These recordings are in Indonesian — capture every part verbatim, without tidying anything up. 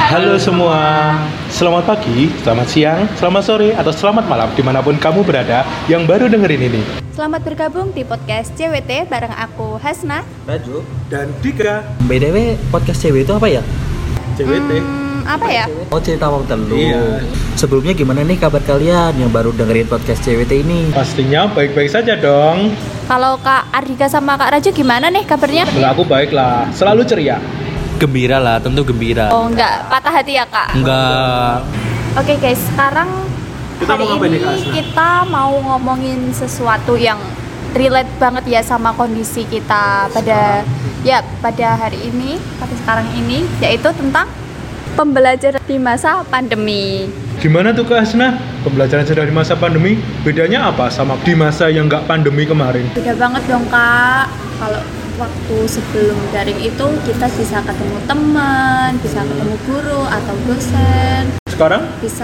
Halo semua, selamat pagi, selamat siang, selamat sore, atau selamat malam dimanapun kamu berada yang baru dengerin ini. Selamat bergabung di podcast C W T bareng aku Hasna, Raju, Dan Dika. B T W podcast C W itu apa ya? C W T. Hmm, apa ya? Oh, cerita mau telu. Iya. Sebelumnya gimana nih kabar kalian yang baru dengerin podcast C W T ini? Pastinya baik-baik saja dong. Kalau Kak Ardika sama Kak Raju gimana nih kabarnya? Kalau aku baik lah, selalu ceria. Gembira lah, tentu gembira. Oh enggak, patah hati ya Kak? Enggak. Oke guys, sekarang Kita hari mau ngapain ini nih, Kak Hasna? kita mau ngomongin sesuatu yang relate banget ya sama kondisi kita pada ya pada hari ini, pada sekarang ini, yaitu tentang pembelajaran di masa pandemi. Gimana tuh Kak Hasna? Pembelajaran sedang di masa pandemi, bedanya apa sama di masa yang nggak pandemi kemarin? Beda banget dong Kak. Kalau waktu sebelum daring itu kita bisa ketemu teman, bisa ketemu guru atau dosen, Sekarang? bisa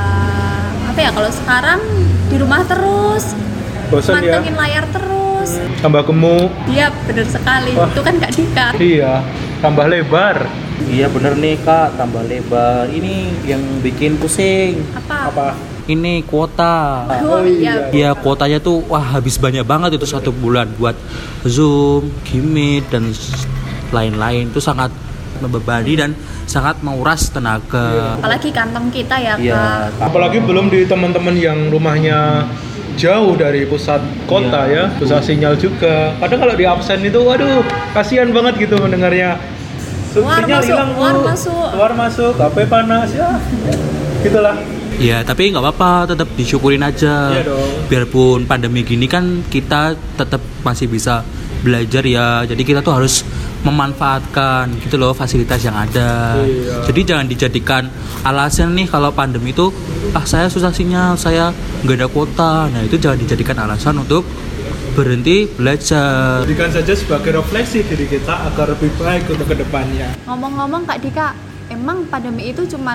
apa ya, kalau sekarang di rumah terus, Bosan ya? mantengin layar terus. Tambah gemuk? Iya bener sekali. Wah. Itu kan Kak Dika. Iya. Tambah lebar? Iya bener nih kak, tambah lebar. Ini yang bikin pusing. Apa? Apa? Ini kuota. Oh, iya. Iya kuotanya tuh wah habis banyak banget itu satu bulan buat Zoom, Gmeet dan s- lain-lain. Itu sangat membebani dan sangat menguras tenaga. Apalagi kantong kita ya Iya. Kak. Apalagi belum di teman-teman yang rumahnya jauh dari pusat kota Iya. ya, susah sinyal juga. Kadang kalau di absen itu, waduh, kasihan banget gitu mendengarnya. Keluar Sinyal masuk, hilang, keluar Bu. masuk. keluar masuk, H P panas ya, gitulah. Ya tapi nggak apa-apa, tetap disyukurin aja. Iya dong. Biarpun pandemi gini kan kita tetap masih bisa belajar ya. Jadi kita tuh harus memanfaatkan gitu loh fasilitas yang ada. Iya. Jadi jangan dijadikan alasan nih kalau pandemi itu ah saya susah sinyal, saya nggak ada kuota. Nah itu jangan dijadikan alasan untuk berhenti belajar. Jadikan saja sebagai refleksi diri kita agar lebih baik untuk kedepannya. Ngomong-ngomong Kak Dika, emang pandemi itu cuman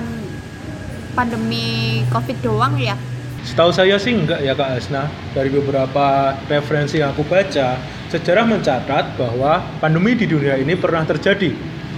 pandemi Covid doang ya? Setahu saya sih enggak ya Kak Hasna. Dari beberapa referensi yang aku baca, sejarah mencatat bahwa pandemi di dunia ini pernah terjadi.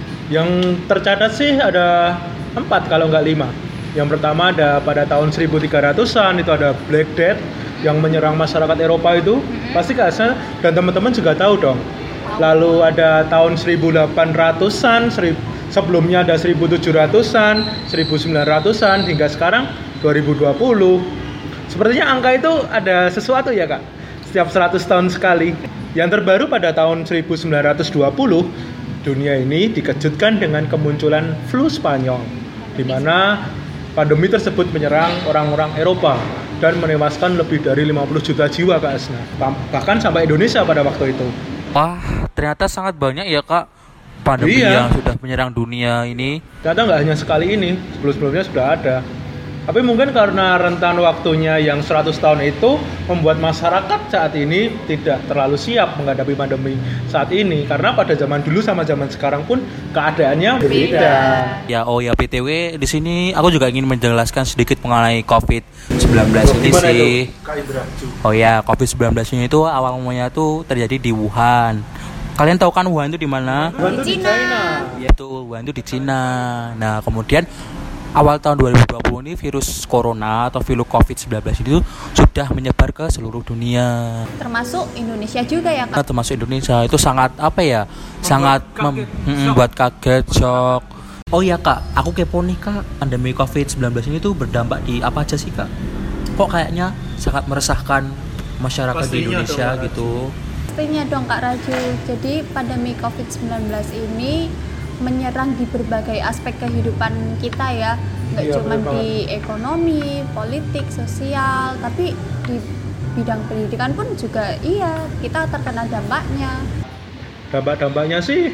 Yang tercatat sih ada empat kalau nggak lima. Yang pertama ada pada tahun seribu tiga ratusan, itu ada Black Death yang menyerang masyarakat Eropa itu. Mm-hmm. Pasti Kak Hasna dan teman-teman juga tahu dong. Lalu ada tahun seribu delapan ratusan, seri- sebelumnya ada seribu tujuh ratusan, seribu sembilan ratusan, hingga sekarang dua ribu dua puluh. Sepertinya angka itu ada sesuatu ya Kak, setiap seratus tahun sekali. Yang terbaru pada tahun seribu sembilan ratus dua puluh, dunia ini dikejutkan dengan kemunculan flu Spanyol, di mana pandemi tersebut menyerang orang-orang Eropa dan menewaskan lebih dari lima puluh juta jiwa Kak Asna. Bahkan sampai Indonesia pada waktu itu. Wah ternyata sangat banyak ya kak pandemi Iya. yang sudah menyerang dunia ini. Ternyata nggak hanya sekali ini, sebelum-sebelumnya sudah ada. Tapi mungkin karena rentan waktunya yang seratus tahun itu membuat masyarakat saat ini tidak terlalu siap menghadapi pandemi saat ini. Karena pada zaman dulu sama zaman sekarang pun keadaannya berbeda. Ya oh ya B T W di sini aku juga ingin menjelaskan sedikit mengenai covid sembilan belas ini Gimana sih. itu, Kak Indra? Oh ya, covid sembilan belas ini tuh awal mulanya tuh terjadi di Wuhan. Kalian tahu kan Wuhan itu di mana? Wuhan itu di China. Ya tuh, Wuhan itu di Cina. Nah, kemudian awal tahun dua ribu dua puluh ini virus corona atau virus covid sembilan belas itu sudah menyebar ke seluruh dunia. Termasuk Indonesia juga ya Nah, Kak? termasuk Indonesia itu sangat apa ya? sangat mem- kaget, mm, shock. buat kaget, shock. Oh iya Kak, aku kepo nih Kak, pandemi covid sembilan belas ini tuh berdampak di apa aja sih Kak? Kok kayaknya sangat meresahkan masyarakat di Pastinya Indonesia dong, Kak gitu. Pastinya dong Kak Raju. Jadi pandemi covid sembilan belas ini menyerang di berbagai aspek kehidupan kita ya. Nggak Iya, cuma bener di ekonomi, politik, sosial, tapi di bidang pendidikan pun juga iya, kita terkena dampaknya. Dampak-dampaknya sih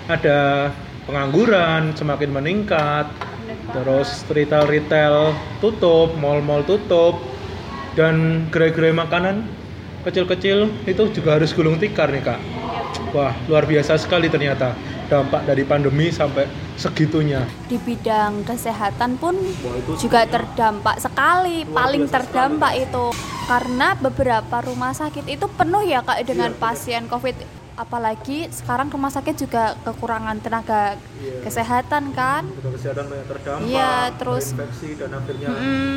ada pengangguran semakin meningkat, terus retail-retail tutup, mal-mal tutup, dan gerai-gerai makanan kecil-kecil itu juga harus gulung tikar nih Kak. Wah, luar biasa sekali ternyata dampak dari pandemi sampai segitunya. Di bidang kesehatan pun juga terdampak sekali, paling terdampak itu karena beberapa rumah sakit itu penuh ya Kak dengan pasien covid apalagi sekarang rumah sakit juga kekurangan tenaga Iya. kesehatan kan. Tenaga kesehatan banyak terdampak, Iya, terus- terinfeksi dan akhirnya Mm-mm.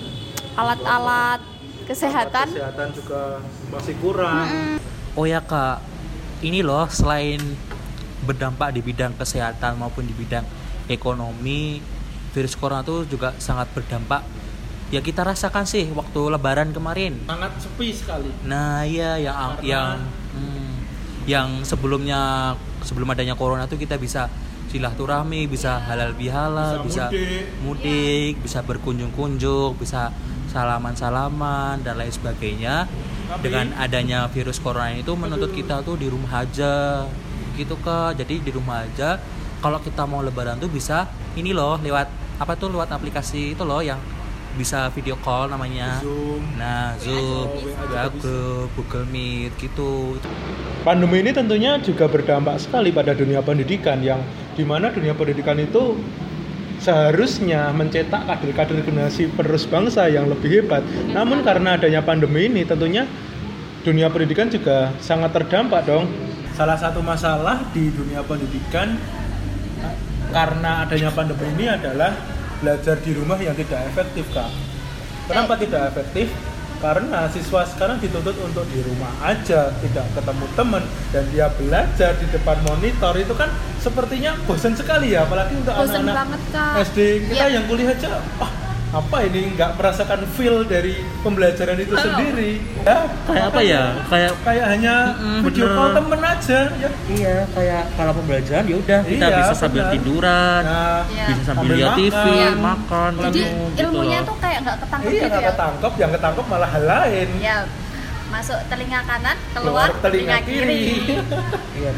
Alat-alat kesehatan. alat kesehatan juga masih kurang. Oh ya Kak, ini loh selain berdampak di bidang kesehatan maupun di bidang ekonomi, virus corona itu juga sangat berdampak. Ya kita rasakan sih waktu Lebaran kemarin. Sangat sepi sekali. Nah iya yang Karena- yang hmm, yang sebelumnya sebelum adanya corona tuh kita bisa silaturahmi, bisa halal bihalal, Bisa bisa mudik. mudik, bisa berkunjung-kunjung, bisa salaman-salaman dan lain sebagainya. Tapi- Dengan adanya virus corona itu menuntut kita tuh di rumah aja, gitu Kak. Jadi di rumah aja. Kalau kita mau Lebaran tuh bisa ini loh lewat apa tuh lewat aplikasi itu loh yang bisa video call namanya. Zoom. Nah, Zoom, bisa. W A Group, Google Meet gitu. Pandemi ini tentunya juga berdampak sekali pada dunia pendidikan, yang dimana dunia pendidikan itu seharusnya mencetak kader-kader generasi penerus bangsa yang lebih hebat. Namun karena adanya pandemi ini tentunya dunia pendidikan juga sangat terdampak dong. Salah satu masalah di dunia pendidikan eh, karena adanya pandemi ini adalah belajar di rumah yang tidak efektif, Kak. Kenapa tidak efektif? Karena siswa sekarang dituntut untuk di rumah aja, tidak ketemu teman, dan dia belajar di depan monitor. Itu kan sepertinya bosan sekali ya, apalagi untuk Bosen anak-anak banget, Kak. S D kita Iya. yang kuliah aja. Wah, apa ini, nggak merasakan feel dari pembelajaran itu sendiri ya? Kayak apa ya? Kayak Kayak hanya Mm-mm, video bener. call temen aja ya. iya, kayak kalau pembelajaran ya udah kita Iya, bisa sambil benar. tiduran, Nah, Iya. bisa sambil Sambil lihat T V, makan. Iya. makan, Jadi gitu ilmunya loh. tuh kayak nggak ketangkep iya gitu nggak ya. ketangkep, yang ketangkep malah hal lain. Ya, masuk telinga kanan, Keluar keluar, telinga telinga, kiri. Iya.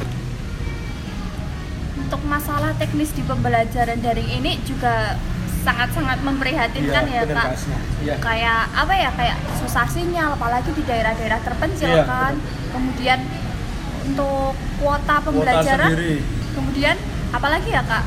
Untuk masalah teknis di pembelajaran daring ini juga sangat-sangat memprihatinkan ya, bener, Kak. Asna. Iya. Kayak apa ya, kayak susah sinyal apalagi di daerah-daerah terpencil Iya, kan. betul. Kemudian untuk kuota pembelajaran, sendiri. kemudian apalagi ya, Kak?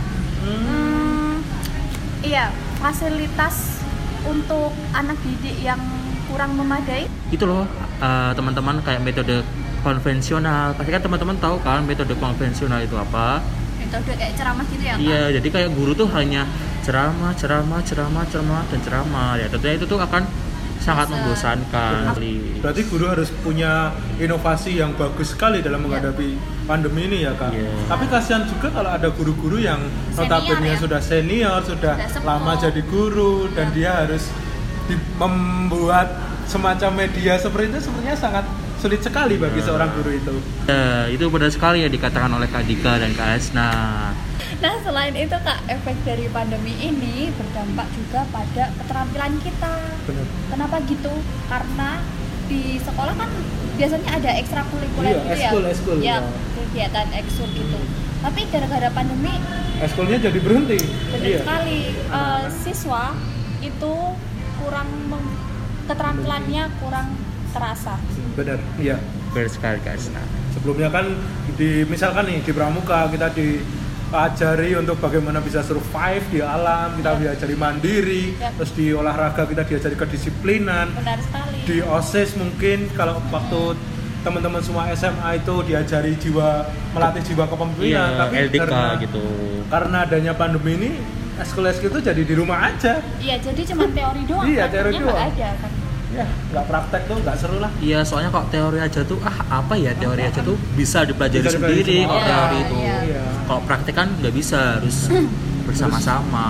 Hmm, iya, fasilitas untuk anak didik yang kurang memadai. Itu loh eh, teman-teman, kayak metode konvensional. Pasti kan teman-teman tahu kan metode konvensional itu apa? Metode kayak ceramah gitu ya, Kak? Iya, jadi kayak guru tuh hanya ceramah, ceramah, ceramah, ceramah, dan ceramah. Ya tentunya itu tuh akan sangat Bisa. membosankan. Berarti guru harus punya inovasi yang bagus sekali dalam menghadapi pandemi ini ya, Kak. Iya. Tapi kasihan juga kalau ada guru-guru yang Senior notabene ya? sudah senior, sudah Sudah sepuh. lama jadi guru, dan Iya. dia harus di- membuat semacam media seperti itu sebenarnya sangat sulit sekali bagi Iya. seorang guru itu. Ya, itu benar sekali ya dikatakan oleh Kak Dika dan Kak Asna. Nah, selain itu, Kak, efek dari pandemi ini berdampak juga pada keterampilan kita. Benar. Kenapa gitu? Karena di sekolah kan biasanya ada ekstrakurikuler Iya, gitu ya. ekskul, ekskul, Ya, ya. kegiatan ekskul gitu. Tapi gara-gara pandemi Eskulnya jadi berhenti. benar Iya. sekali eh, siswa itu kurang mem- keterampilannya kurang terasa. Benar. Iya. Benar sekali Kak Asna. Sebelumnya kan di misalkan nih di pramuka kita diajari untuk bagaimana bisa survive di alam, kita diajari mandiri, Ya. terus di olahraga kita diajari kedisiplinan, Benar sekali. di OSIS mungkin kalau waktu teman-teman semua S M A itu diajari jiwa melatih jiwa kepemimpinan, Iya, tapi L D K karena gitu. karena adanya pandemi ini eskul-eskul itu jadi di rumah aja. Iya, jadi cuma teori doang. Iya, teori prakteknya nggak doang. ada kan. Ya, nggak praktek tuh nggak seru lah. Iya, soalnya kok teori aja tuh ah apa ya teori aja tuh bisa dipelajari Bisa dipelajari sendiri semua kalau orang. teori itu. Iya, iya. Kalau praktek kan nggak bisa, harus bersama-sama.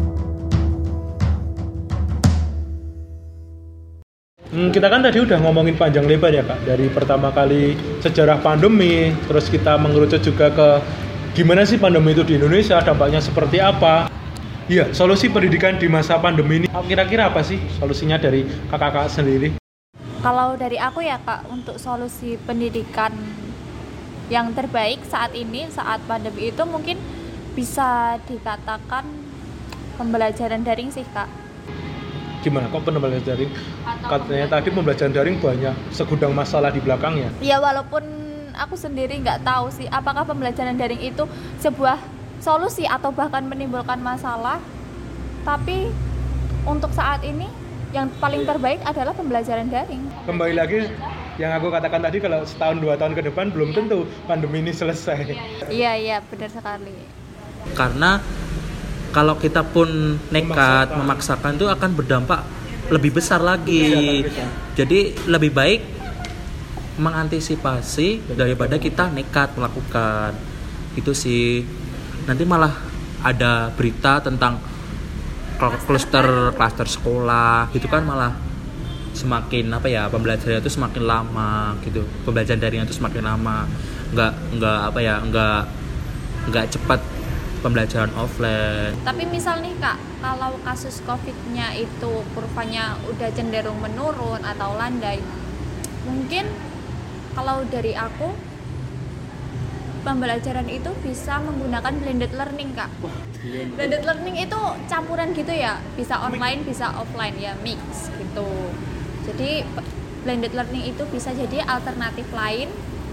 Hmm, kita kan tadi udah ngomongin panjang lebar ya, Kak, dari pertama kali sejarah pandemi, terus kita mengerucut juga ke gimana sih pandemi itu di Indonesia, dampaknya seperti apa. Iya, solusi pendidikan di masa pandemi ini kira-kira apa sih solusinya dari kakak-kakak sendiri? Kalau dari aku ya, Kak, untuk solusi pendidikan yang terbaik saat ini, saat pandemi itu mungkin bisa dikatakan pembelajaran daring sih, Kak. Gimana kok pembelajaran daring? Atau Katanya tadi pembelajaran daring banyak segudang masalah di belakangnya. Ya, walaupun aku sendiri nggak tahu sih apakah pembelajaran daring itu sebuah solusi atau bahkan menimbulkan masalah, tapi untuk saat ini yang paling terbaik adalah pembelajaran daring. Kembali lagi yang aku katakan tadi, kalau setahun dua tahun ke depan belum tentu pandemi ini selesai. Iya iya benar sekali. Karena kalau kita pun nekat Memaksakan. memaksakan itu akan berdampak lebih besar lagi. Jadi lebih baik mengantisipasi daripada kita nekat melakukan. Itu sih. Nanti malah ada berita tentang kluster kluster sekolah gitu kan, malah semakin apa ya, pembelajaran itu semakin lama gitu, pembelajaran daring itu semakin lama, nggak nggak apa ya nggak nggak cepat pembelajaran offline. Tapi misal nih Kak, kalau kasus COVID-nya itu kurvanya udah cenderung menurun atau landai, mungkin kalau dari aku pembelajaran itu bisa menggunakan blended learning Kak. Blended learning itu campuran gitu ya, bisa online bisa offline ya, mix gitu. Jadi blended learning itu bisa jadi alternatif lain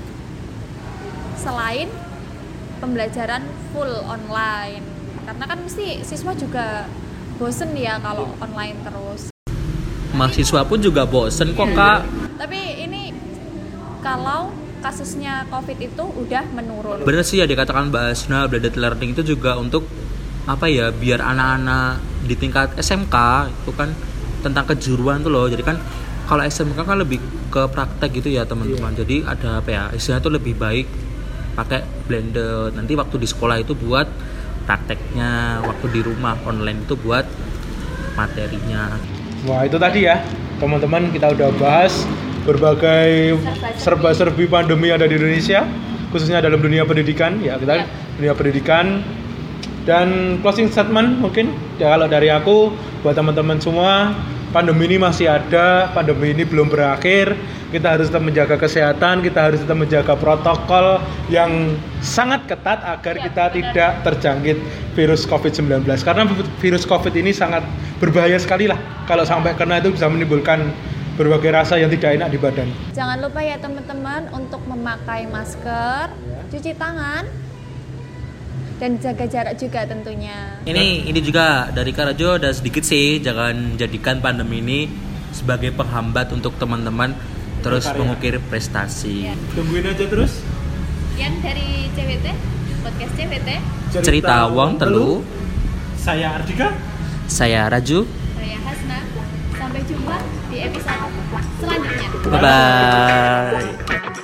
selain pembelajaran full online, karena kan mesti siswa juga bosen ya kalau online terus. Mahasiswa pun juga bosen kok Kak. Tapi ini kalau kasusnya COVID itu udah menurun. Bener sih ya dikatakan Mbak Asna, blended learning itu juga untuk apa ya, biar anak-anak di tingkat S M K itu kan tentang kejuruan tuh loh. Jadi kan kalau S M K kan lebih ke praktek gitu ya teman-teman. Iya. Jadi ada apa ya, istilahnya tuh lebih baik pakai blended. Nanti waktu di sekolah itu buat prakteknya, waktu di rumah online itu buat materinya. Wah, itu tadi ya teman-teman, kita udah bahas berbagai serba-serbi pandemi yang ada di Indonesia, khususnya dalam dunia pendidikan ya, kita Ya. dunia pendidikan. Dan closing statement mungkin ya, kalau dari aku buat teman-teman semua, pandemi ini masih ada, pandemi ini belum berakhir. Kita harus tetap menjaga kesehatan, kita harus tetap menjaga protokol yang sangat ketat agar Ya, kita benar. tidak terjangkit virus covid sembilan belas. Karena virus COVID ini sangat berbahaya sekali lah. Kalau sampai kena itu bisa menimbulkan berbagai rasa yang tidak enak di badan. Jangan lupa ya teman-teman untuk memakai masker, cuci tangan, dan jaga jarak juga tentunya. Ini ini juga dari Karajo ada sedikit sih, jangan jadikan pandemi ini sebagai penghambat untuk teman-teman terus Berkarya. mengukir prestasi. Ya. Tungguin aja terus Yang dari C W T, podcast C W T, Cerita Wong Telu. Saya Ardika. Saya Raju. saya Hasna. Sampai jumpa di episode selanjutnya. Bye bye.